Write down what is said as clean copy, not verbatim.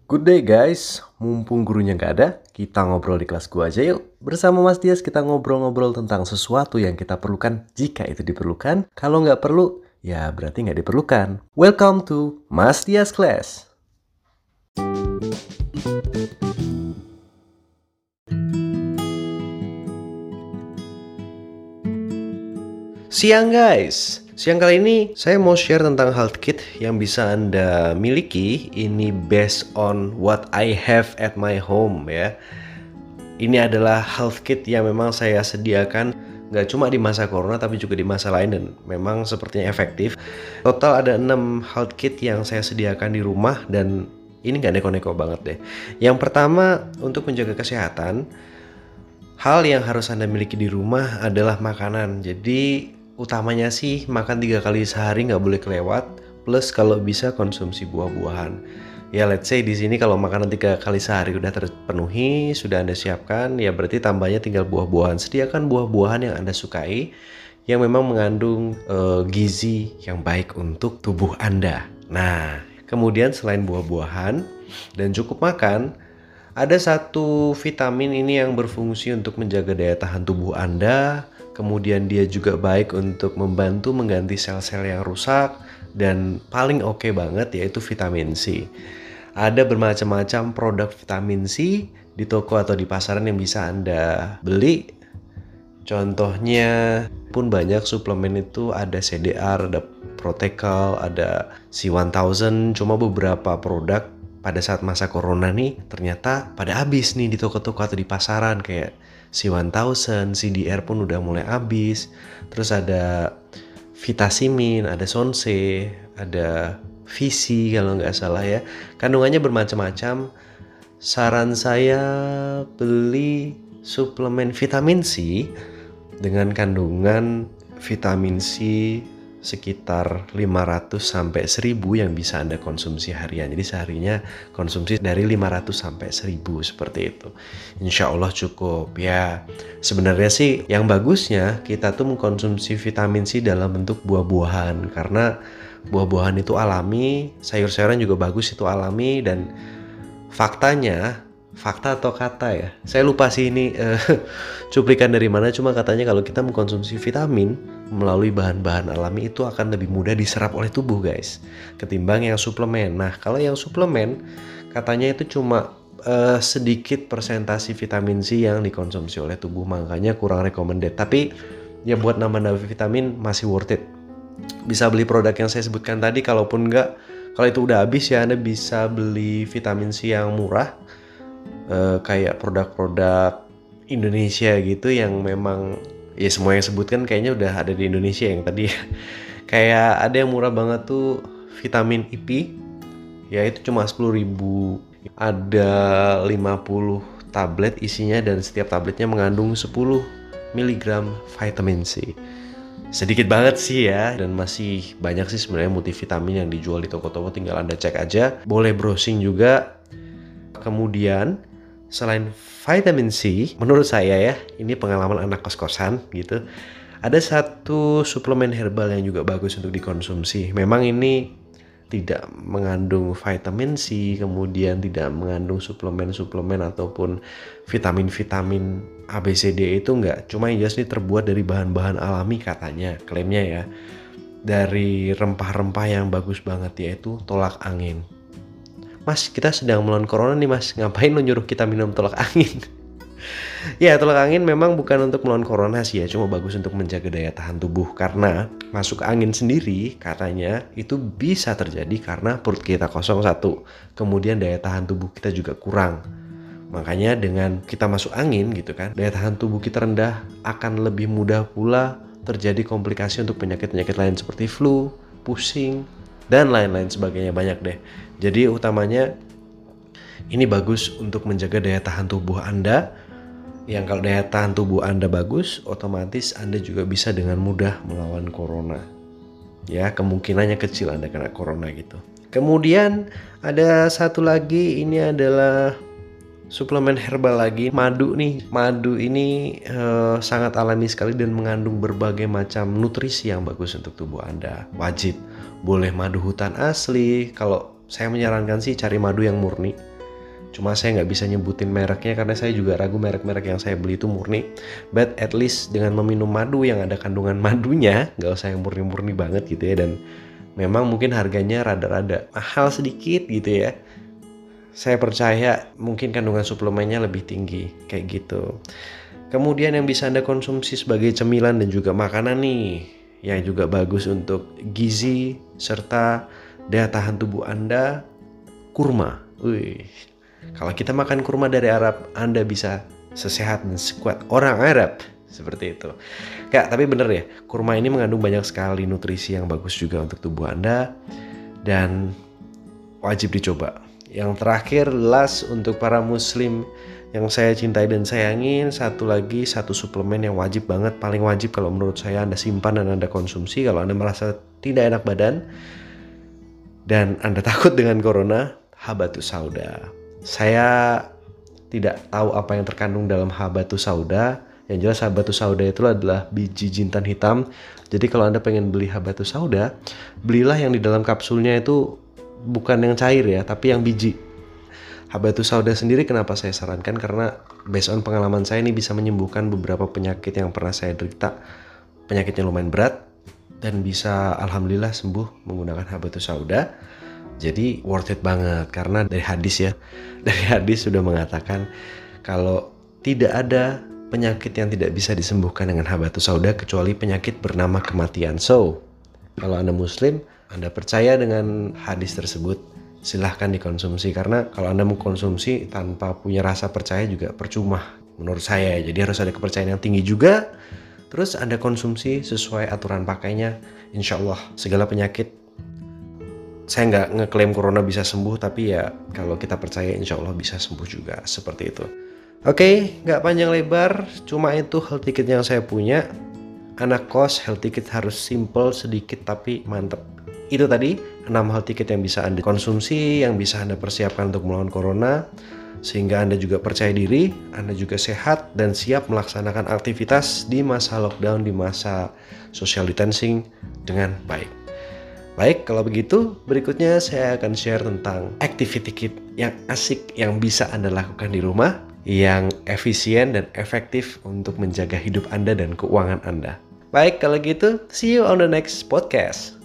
Good day guys, mumpung gurunya nggak ada, kita ngobrol di kelas gua aja yuk. Bersama Mas Dias kita ngobrol-ngobrol tentang sesuatu yang kita perlukan jika itu diperlukan. Kalau nggak perlu, ya berarti nggak diperlukan. Welcome to Mas Dias Class. Siang guys, siang kali ini saya mau share tentang health kit yang bisa Anda miliki. Ini based on what I have at my home ya. Ini adalah health kit yang memang saya sediakan nggak cuma di masa corona tapi juga di masa lain dan memang sepertinya efektif. Total ada 6 health kit yang saya sediakan di rumah dan ini nggak neko-neko banget deh. Yang pertama untuk menjaga kesehatan, hal yang harus Anda miliki di rumah adalah makanan. Jadi utamanya sih makan 3 kali sehari nggak boleh kelewat, plus kalau bisa konsumsi buah-buahan. Ya let's say di sini kalau makanan 3 kali sehari udah terpenuhi, sudah Anda siapkan, ya berarti tambahnya tinggal buah-buahan. Sediakan buah-buahan yang Anda sukai, yang memang mengandung gizi yang baik untuk tubuh Anda. Nah, kemudian selain buah-buahan dan cukup makan, ada satu vitamin ini yang berfungsi untuk menjaga daya tahan tubuh Anda. Kemudian dia juga baik untuk membantu mengganti sel-sel yang rusak. Dan paling oke banget yaitu vitamin C. Ada bermacam-macam produk vitamin C di toko atau di pasaran yang bisa Anda beli. Contohnya pun banyak suplemen itu, ada CDR, ada Protecal, ada C1000. Cuma beberapa produk pada saat masa corona nih ternyata pada habis nih di toko-toko atau di pasaran. Kayak C1000, CDR pun udah mulai habis. Terus ada Vitasimin, ada Sonse, ada Visi kalau nggak salah ya. Kandungannya bermacam-macam. Saran saya beli suplemen vitamin C dengan kandungan vitamin C sekitar 500 sampai 1000 yang bisa Anda konsumsi harian. Jadi seharinya konsumsi dari 500 sampai 1000 seperti itu. Insya Allah cukup ya. Sebenarnya sih yang bagusnya kita tuh mengkonsumsi vitamin C dalam bentuk buah-buahan, karena buah-buahan itu alami, sayur-sayuran juga bagus itu alami. Dan fakta atau kata ya, saya lupa sih ini cuplikan dari mana, cuma katanya kalau kita mengkonsumsi vitamin melalui bahan-bahan alami itu akan lebih mudah diserap oleh tubuh guys, ketimbang yang suplemen. Nah kalau yang suplemen katanya itu cuma sedikit persentasi vitamin C yang dikonsumsi oleh tubuh, makanya kurang recommended. Tapi ya buat nambah-nambah vitamin masih worth it. Bisa beli produk yang saya sebutkan tadi. Kalaupun enggak, kalau itu udah habis ya Anda bisa beli vitamin C yang murah, kayak produk-produk Indonesia gitu yang memang ya semua yang sebutkan kayaknya udah ada di Indonesia yang tadi. Kayak ada yang murah banget tuh vitamin IP, ya itu cuma 10.000. Ada 50 tablet isinya dan setiap tabletnya mengandung 10 mg vitamin C. Sedikit banget sih ya, dan masih banyak sih sebenarnya multivitamin yang dijual di toko-toko, tinggal Anda cek aja. Boleh browsing juga. Kemudian selain vitamin C, menurut saya ya, ini pengalaman anak kos-kosan gitu, ada satu suplemen herbal yang juga bagus untuk dikonsumsi. Memang ini tidak mengandung vitamin C, kemudian tidak mengandung suplemen-suplemen ataupun vitamin-vitamin ABCD itu enggak. Cuma yang jelas ini terbuat dari bahan-bahan alami katanya, klaimnya ya. Dari rempah-rempah yang bagus banget, yaitu tolak angin. Mas, kita sedang melawan corona nih mas, ngapain lo nyuruh kita minum tolak angin? Ya, tolak angin memang bukan untuk melawan corona sih ya, cuma bagus untuk menjaga daya tahan tubuh. Karena masuk angin sendiri katanya itu bisa terjadi karena perut kita kosong satu, kemudian daya tahan tubuh kita juga kurang. Makanya dengan kita masuk angin gitu kan, daya tahan tubuh kita rendah, akan lebih mudah pula terjadi komplikasi untuk penyakit-penyakit lain seperti flu, pusing, dan lain-lain sebagainya, banyak deh. Jadi utamanya ini bagus untuk menjaga daya tahan tubuh Anda. Yang kalau daya tahan tubuh Anda bagus, otomatis Anda juga bisa dengan mudah melawan corona. Ya, kemungkinannya kecil Anda kena corona gitu. Kemudian ada satu lagi, ini adalah suplemen herbal lagi, madu nih. Madu ini sangat alami sekali dan mengandung berbagai macam nutrisi yang bagus untuk tubuh Anda. Wajib boleh madu hutan asli. Kalau saya menyarankan sih cari madu yang murni. Cuma saya nggak bisa nyebutin mereknya karena saya juga ragu merek-merek yang saya beli itu murni. But at least dengan meminum madu yang ada kandungan madunya, nggak usah yang murni-murni banget gitu ya. Dan memang mungkin harganya rada-rada mahal sedikit gitu ya. Saya percaya mungkin kandungan suplemennya lebih tinggi kayak gitu. Kemudian yang bisa Anda konsumsi sebagai cemilan dan juga makanan nih, yang juga bagus untuk gizi serta daya tahan tubuh Anda, kurma. Wih. Kalau kita makan kurma dari Arab, Anda bisa sesehat dan sekuat orang Arab. Seperti itu. Kak, tapi bener ya, kurma ini mengandung banyak sekali nutrisi yang bagus juga untuk tubuh Anda. Dan wajib dicoba. Yang terakhir, last untuk para muslim yang saya cintai dan sayangin, satu suplemen yang wajib banget, paling wajib kalau menurut saya Anda simpan dan Anda konsumsi kalau Anda merasa tidak enak badan dan Anda takut dengan corona, Habatus Sauda. Saya tidak tahu apa yang terkandung dalam Habatus Sauda. Yang jelas Habatus Sauda itu adalah biji jintan hitam. Jadi kalau Anda pengen beli Habatus Sauda, belilah yang di dalam kapsulnya itu bukan yang cair ya, tapi yang biji. Habatus Sauda sendiri kenapa saya sarankan? Karena based on pengalaman saya ini bisa menyembuhkan beberapa penyakit yang pernah saya derita. Penyakitnya lumayan berat dan bisa alhamdulillah sembuh menggunakan Habatus Sauda. Jadi worth it banget karena dari hadis ya. Dari hadis sudah mengatakan kalau tidak ada penyakit yang tidak bisa disembuhkan dengan Habatus Sauda kecuali penyakit bernama kematian. So, kalau Anda muslim, Anda percaya dengan hadis tersebut, silahkan dikonsumsi. Karena kalau Anda mengkonsumsi tanpa punya rasa percaya juga percuma menurut saya. Jadi harus ada kepercayaan yang tinggi juga. Terus Anda konsumsi sesuai aturan pakainya. Insya Allah segala penyakit, saya nggak ngeklaim corona bisa sembuh, tapi ya kalau kita percaya insya Allah bisa sembuh juga. Seperti itu. Oke, nggak panjang lebar, cuma itu health ticket yang saya punya. Anak kos, health ticket harus simple sedikit tapi mantep. Itu tadi 6 health ticket yang bisa Anda konsumsi, yang bisa Anda persiapkan untuk melawan corona, sehingga Anda juga percaya diri, Anda juga sehat dan siap melaksanakan aktivitas di masa lockdown, di masa social distancing dengan baik. Baik, kalau begitu berikutnya saya akan share tentang activity kit yang asik yang bisa Anda lakukan di rumah, yang efisien dan efektif untuk menjaga hidup Anda dan keuangan Anda. Baik, kalau gitu, see you on the next podcast.